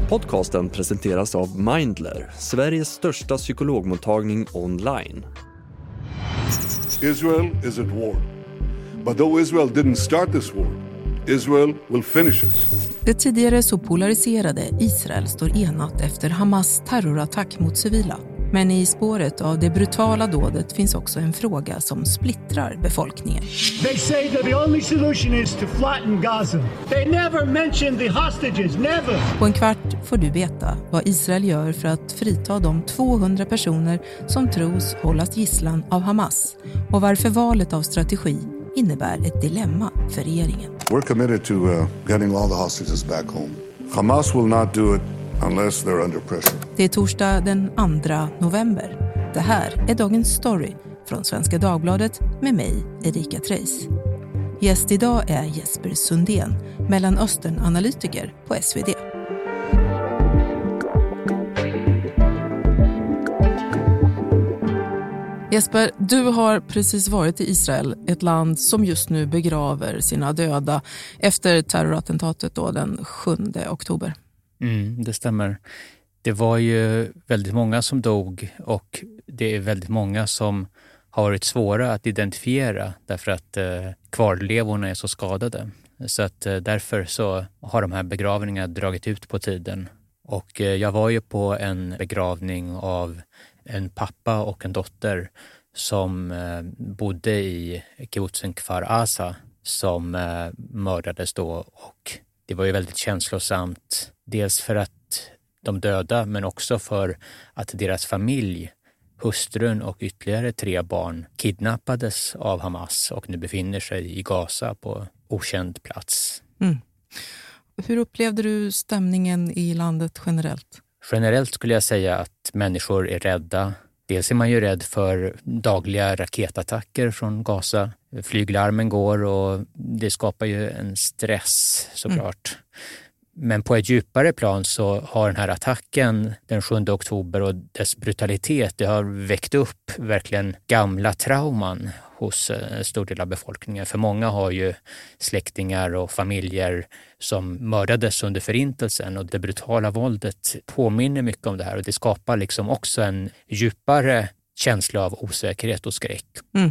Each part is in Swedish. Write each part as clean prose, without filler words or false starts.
Podcasten presenteras av Mindler, Sveriges största psykologmottagning online. Israel is at war. But though Israel didn't start this war, Israel will finish it. Det tidigare så polariserade Israel står enat efter Hamas terrorattack mot civila. Men i spåret av det brutala dådet finns också en fråga som splittrar befolkningen. They say that the only solution is to flatten Gaza. They never mentioned the hostages, never. På en kvart får du veta vad Israel gör för att frita de 200 personer som tros hållas gisslan av Hamas och varför valet av strategi innebär ett dilemma för regeringen. We're committed to getting all the hostages back home. Hamas will not do it unless they're under pressure. Det är torsdag den 2 november. Det här är dagens story från Svenska Dagbladet med mig, Erika Treis. Gäst idag är Jesper Sundén, Mellanöstern-analytiker på SvD. Jesper, du har precis varit i Israel, ett land som just nu begraver sina döda efter terrorattentatet då den 7 oktober. Det stämmer. Det var ju väldigt många som dog och det är väldigt många som har varit svåra att identifiera därför att kvarlevorna är så skadade. Så att därför så har de här begravningarna dragit ut på tiden. Och jag var ju på en begravning av en pappa och en dotter som bodde i kibbutzen Kfar Aza som mördades då, och det var ju väldigt känslosamt. Dels för att de döda, men också för att deras familj, hustrun och ytterligare 3 barn kidnappades av Hamas och nu befinner sig i Gaza på okänd plats. Hur upplevde du stämningen i landet generellt? Generellt skulle jag säga att människor är rädda. Dels är man ju rädd för dagliga raketattacker från Gaza. Flyglarmen går och det skapar ju en stress såklart. Men på ett djupare plan så har den här attacken den 7 oktober och dess brutalitet, det har väckt upp verkligen gamla trauman hos en stor del av befolkningen. För många har ju släktingar och familjer som mördades under förintelsen, och det brutala våldet påminner mycket om det här, och det skapar liksom också en djupare känsla av osäkerhet och skräck.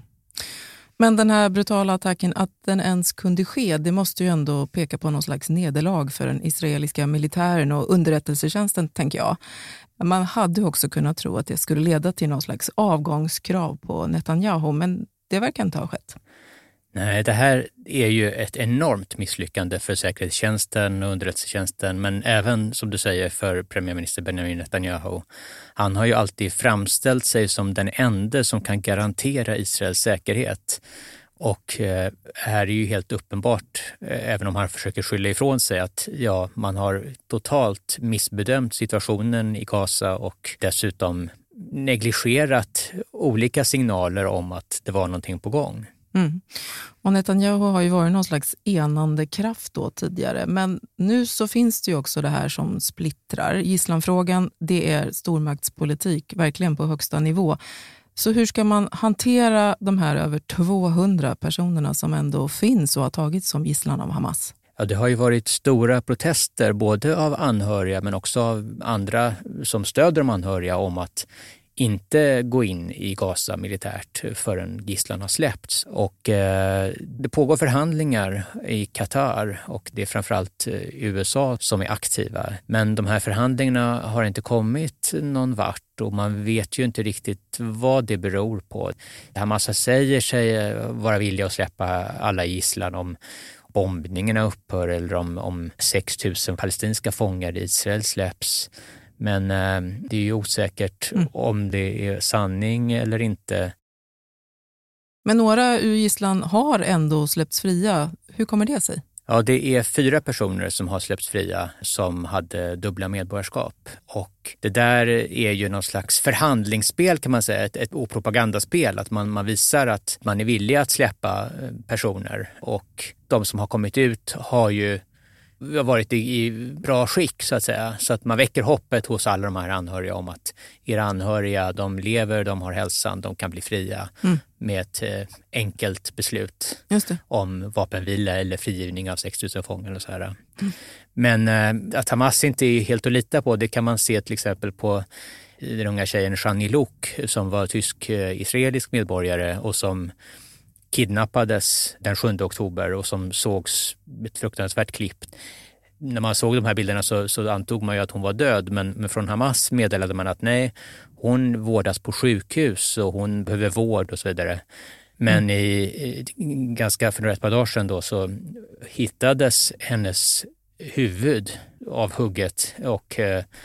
Men den här brutala attacken, att den ens kunde ske, det måste ju ändå peka på någon slags nederlag för den israeliska militären och underrättelsetjänsten, tänker jag. Man hade också kunnat tro att det skulle leda till någon slags avgångskrav på Netanyahu, men det verkar inte ha skett. Nej, det här är ju ett enormt misslyckande för säkerhetstjänsten och underrättelsetjänsten, men även, som du säger, för premiärminister Benjamin Netanyahu. Han har ju alltid framställt sig som den enda som kan garantera Israels säkerhet. Och här är ju helt uppenbart, även om han försöker skylla ifrån sig, att man har totalt missbedömt situationen i Gaza och dessutom negligerat olika signaler om att det var någonting på gång. Och Netanyahu har ju varit någon slags enande kraft då tidigare, men nu så finns det ju också det här som splittrar. Gisslanfrågan, det är stormaktspolitik, verkligen på högsta nivå. Så hur ska man hantera de här över 200 personerna som ändå finns och har tagits som gisslan av Hamas? Ja, det har ju varit stora protester både av anhöriga men också av andra som stöder de anhöriga om att inte gå in i Gaza militärt förrän gisslan har släppts. Och det pågår förhandlingar i Qatar och det är framförallt USA som är aktiva. Men de här förhandlingarna har inte kommit någon vart och man vet ju inte riktigt vad det beror på. Hamas säger sig vara villiga att släppa alla gisslan om bombningarna upphör eller om 6 000 palestinska fångar i Israel släpps. Men det är ju osäkert om det är sanning eller inte. Men några ur gisslan har ändå släppts fria. Hur kommer det sig? Ja, det är 4 personer som har släppts fria som hade dubbla medborgarskap. Och det där är ju någon slags förhandlingsspel kan man säga, ett propagandaspel. Att man visar att man är villig att släppa personer. Och de som har kommit ut har ju har varit i bra skick så att säga. Så att man väcker hoppet hos alla de här anhöriga om att era anhöriga, de lever, de har hälsan, de kan bli fria med ett enkelt beslut om vapenvila eller frigivning av 6 000 fångar och så här. Men att Hamas inte är helt att lita på, det kan man se till exempel på den unga tjejen Shani Luk som var tysk-israelisk medborgare och som kidnappades den 7 oktober och som sågs ett fruktansvärt klipp. När man såg de här bilderna så antog man ju att hon var död, men från Hamas meddelade man att nej, hon vårdas på sjukhus och hon behöver vård och så vidare. Men ganska för ett par dagar sedan då så hittades hennes huvud avhugget och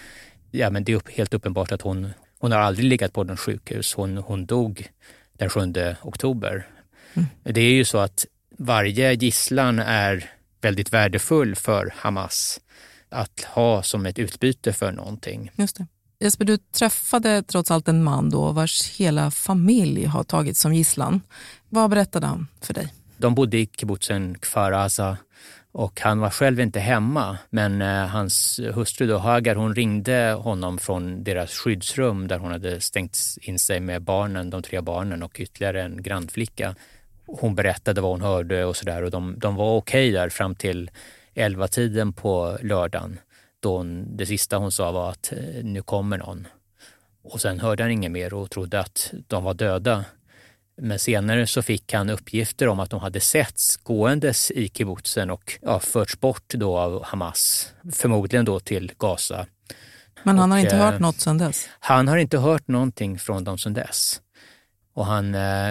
men det är helt uppenbart att hon har aldrig legat på någon sjukhus. Hon dog den 7 oktober. Det är ju så att varje gisslan är väldigt värdefull för Hamas att ha som ett utbyte för någonting. Just det. Jesper, du träffade trots allt en man då vars hela familj har tagits som gisslan. Vad berättade han för dig? De bodde i kibbutzen Kfar Aza och han var själv inte hemma, men hans hustru då, Hagar, hon ringde honom från deras skyddsrum där hon hade stängt in sig med barnen, de 3 barnen och ytterligare en grannflicka. Hon berättade vad hon hörde och sådär och de var okej där fram till 11-tiden på lördagen. Då det sista hon sa var att nu kommer någon. Och sen hörde han inget mer och trodde att de var döda. Men senare så fick han uppgifter om att de hade setts gåendes i kibbutzen och förts bort då av Hamas. Förmodligen då till Gaza. Men han har inte hört något sedan dess? Han har inte hört någonting från dem sedan dess. Och han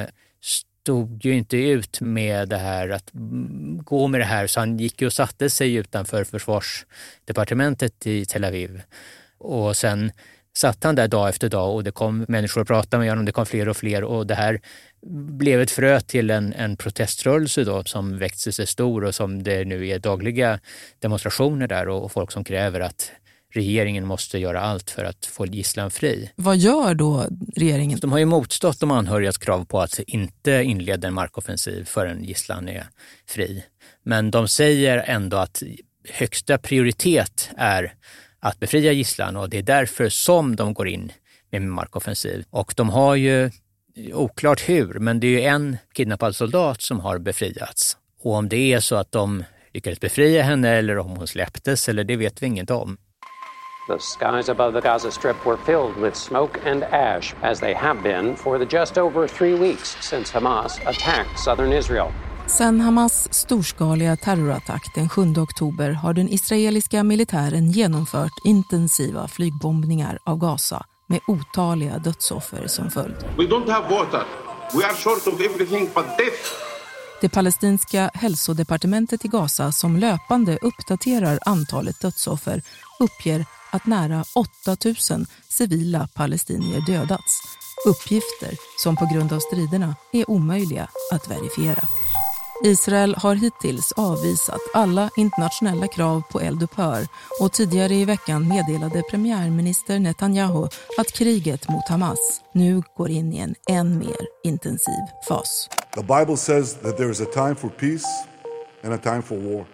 stod ju inte ut med det här, att gå med det här, så han gick ju och satte sig utanför försvarsdepartementet i Tel Aviv. Och sen satt han där dag efter dag och det kom människor att prata med honom, det kom fler och fler och det här blev ett frö till en proteströrelse då som växte sig stor och som det nu är dagliga demonstrationer där och folk som kräver att regeringen måste göra allt för att få gisslan fri. Vad gör då regeringen? De har ju motstått de anhörigas krav på att inte inleda en markoffensiv förrän gisslan är fri. Men de säger ändå att högsta prioritet är att befria gisslan och det är därför som de går in med markoffensiv. Och de har ju, oklart hur, men det är ju en kidnappad soldat som har befriats. Och om det är så att de lyckades befria henne eller om hon släpptes, eller det vet vi inget om. The skies above the Gaza Strip were filled with smoke and ash, as they have been for the just over 3 weeks since Hamas attacked southern Israel. Sen Hamas storskaliga terrorattack den 7 oktober har den israeliska militären genomfört intensiva flygbombningar av Gaza med otaliga dödsoffer som följd. We don't have water. We are short of everything but death. Det palestinska hälsodepartementet i Gaza, som löpande uppdaterar antalet dödsoffer, uppger att nära 8000 civila palestinier dödats. Uppgifter som på grund av striderna är omöjliga att verifiera. Israel har hittills avvisat alla internationella krav på eldupphör och tidigare i veckan meddelade premiärminister Netanyahu att kriget mot Hamas nu går in i en än mer intensiv fas. The Bible says that there is a time for peace and a time for war.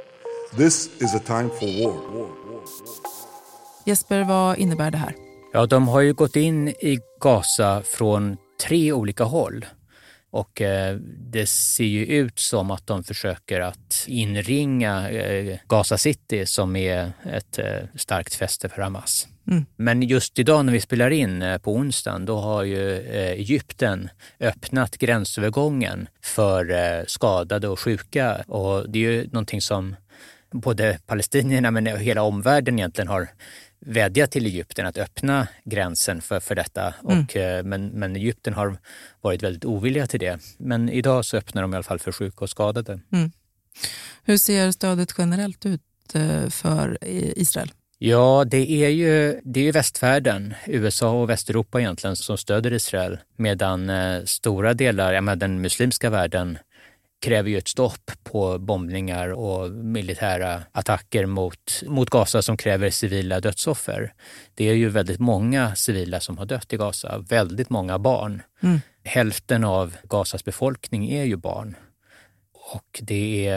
This is a time for war. Jesper, vad innebär det här? Ja, de har ju gått in i Gaza från 3 olika håll. Och det ser ju ut som att de försöker att inringa Gaza City som är ett starkt fäste för Hamas. Men just idag när vi spelar in på onsdagen, då har ju Egypten öppnat gränsövergången för skadade och sjuka. Och det är ju någonting som både palestinierna men hela omvärlden egentligen har vädjat till Egypten att öppna gränsen för detta. Och, men Egypten har varit väldigt ovilliga till det. Men idag så öppnar de i alla fall för sjuka och skadade. Hur ser stödet generellt ut för Israel? Ja, det är ju västvärlden, USA och Västeuropa egentligen, som stöder Israel. Medan stora delar, den muslimska världen, kräver ju ett stopp på bombningar och militära attacker mot Gaza som kräver civila dödsoffer. Det är ju väldigt många civila som har dött i Gaza, väldigt många barn. Hälften av Gazas befolkning är ju barn. Och det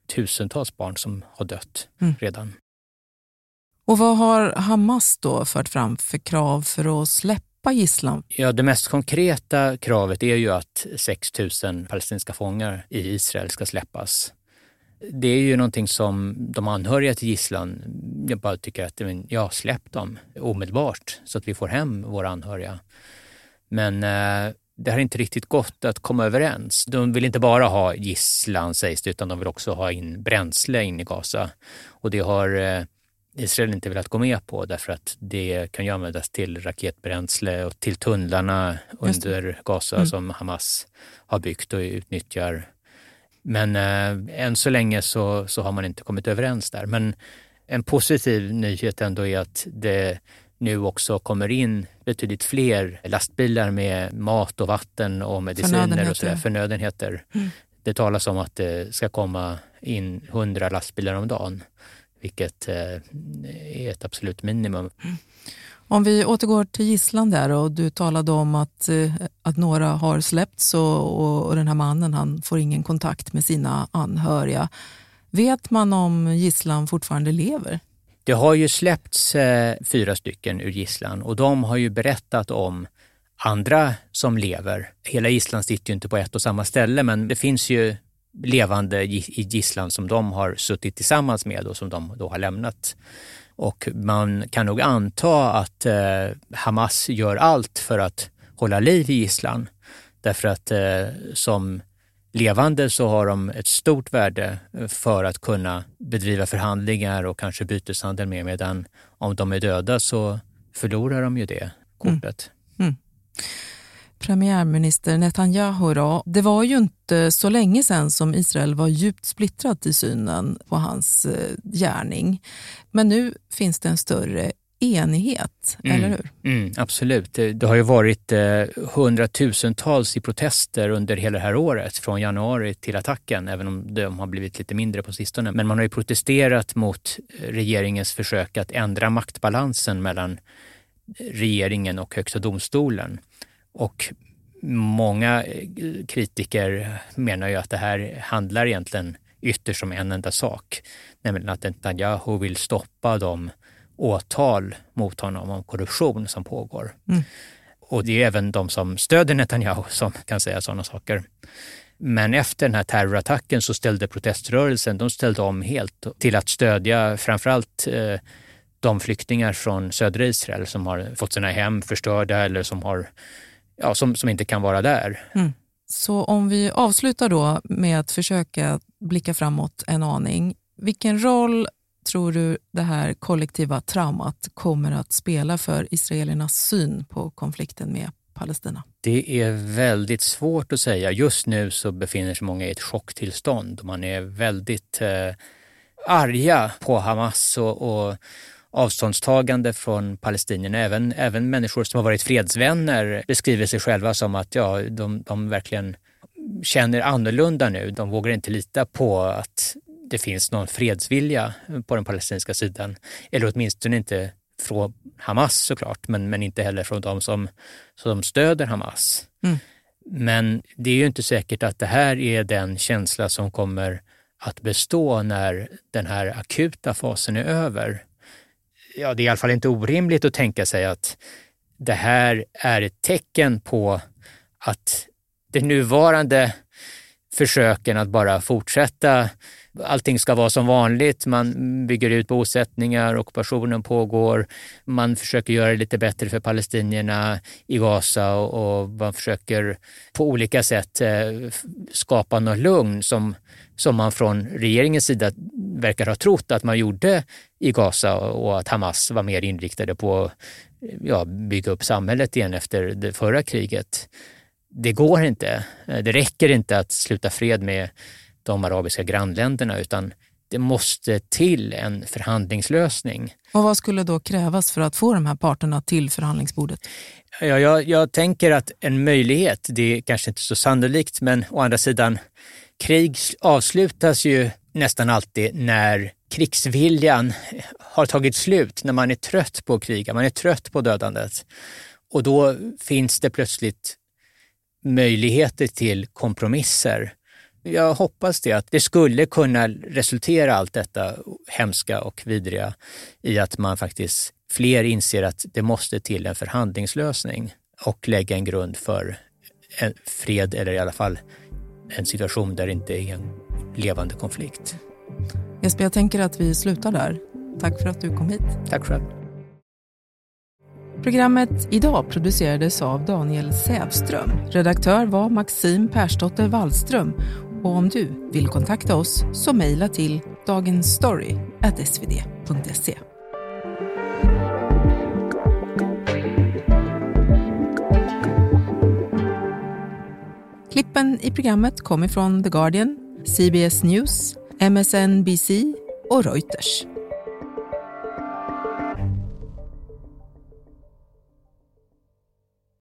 tusentals barn som har dött redan. Och vad har Hamas då fört fram för krav för att släppa gisslan? Ja, det mest konkreta kravet är ju att 6 000 palestinska fångar i Israel ska släppas. Det är ju någonting som de anhöriga till gisslan, jag bara tycker att släpp dem omedelbart så att vi får hem våra anhöriga. Men det har inte riktigt gått att komma överens. De vill inte bara ha gisslan, sägs det, utan de vill också ha in bränsle in i Gaza. Och det har Israel inte velat gå med på därför att det kan ju användas till raketbränsle och till tunnlarna under Gaza som Hamas har byggt och utnyttjar. Men än så länge så har man inte kommit överens där. Men en positiv nyhet ändå är att det nu också kommer in betydligt fler lastbilar med mat och vatten och mediciner och sådär, förnödenheter. Det talas om att det ska komma in 100 lastbilar om dagen, vilket är ett absolut minimum. Om vi återgår till gisslan där, och du talade om att några har släppts och den här mannen, han får ingen kontakt med sina anhöriga. Vet man om gisslan fortfarande lever? Det har ju släppts 4 stycken ur gisslan och de har ju berättat om andra som lever. Hela gisslan sitter ju inte på ett och samma ställe, men det finns ju levande i gisslan som de har suttit tillsammans med och som de då har lämnat. Och man kan nog anta att Hamas gör allt för att hålla liv i gisslan. Därför att som levande så har de ett stort värde för att kunna bedriva förhandlingar och kanske byteshandel med, medan om de är döda så förlorar de ju det kortet. Premiärminister Netanyahu då, det var ju inte så länge sedan som Israel var djupt splittrat i synen på hans gärning. Men nu finns det en större enighet, eller hur? Absolut. Det har ju varit 100,000-tals i protester under hela det här året, från januari till attacken, även om de har blivit lite mindre på sistone. Men man har ju protesterat mot regeringens försök att ändra maktbalansen mellan regeringen och högsta domstolen. Och många kritiker menar ju att det här handlar egentligen ytterst om en enda sak, nämligen att Netanyahu vill stoppa de åtal mot honom om korruption som pågår. Och det är även de som stöder Netanyahu som kan säga sådana saker. Men efter den här terrorattacken så ställde proteströrelsen, de ställde om helt till att stödja framförallt de flyktingar från södra Israel som har fått sina hem förstörda eller som har som inte kan vara där. Så om vi avslutar då med att försöka blicka framåt en aning. Vilken roll tror du det här kollektiva traumat kommer att spela för israelernas syn på konflikten med Palestina? Det är väldigt svårt att säga. Just nu så befinner sig många i ett chocktillstånd. Man är väldigt arga på Hamas och avståndstagande från palestinierna. Även människor som har varit fredsvänner beskriver sig själva som att de verkligen känner annorlunda nu. De vågar inte lita på att det finns någon fredsvilja på den palestinska sidan. Eller åtminstone inte från Hamas såklart, men inte heller från de som stöder Hamas. Men det är ju inte säkert att det här är den känsla som kommer att bestå när den här akuta fasen är över. Ja, det är i alla fall inte orimligt att tänka sig att det här är ett tecken på att det nuvarande försöken att bara fortsätta, allting ska vara som vanligt, man bygger ut bosättningar, ockupationen pågår, man försöker göra det lite bättre för palestinierna i Gaza och man försöker på olika sätt skapa något lugn som man från regeringens sida verkar ha trott att man gjorde i Gaza, och att Hamas var mer inriktade på att bygga upp samhället igen efter det förra kriget. Det går inte. Det räcker inte att sluta fred med de arabiska grannländerna, utan det måste till en förhandlingslösning. Och vad skulle då krävas för att få de här parterna till förhandlingsbordet? Jag tänker att en möjlighet, det är kanske inte så sannolikt, men å andra sidan, krig avslutas ju nästan alltid när krigsviljan har tagit slut, när man är trött på kriga, man är trött på dödandet. Och då finns det plötsligt möjligheter till kompromisser Jag hoppas det, att det skulle kunna resultera allt detta hemska och vidriga i att man faktiskt fler inser att det måste till en förhandlingslösning och lägga en grund för en fred, eller i alla fall en situation där det inte är en levande konflikt. Jesper, jag tänker att vi slutar där. Tack för att du kom hit. Tack själv. Programmet idag producerades av Daniel Sävström. Redaktör var Maxim Persdotter Wallström. Och om du vill kontakta oss så mejla till dagensstory@svd.se. Klippen i programmet kommer från The Guardian, CBS News, MSNBC och Reuters.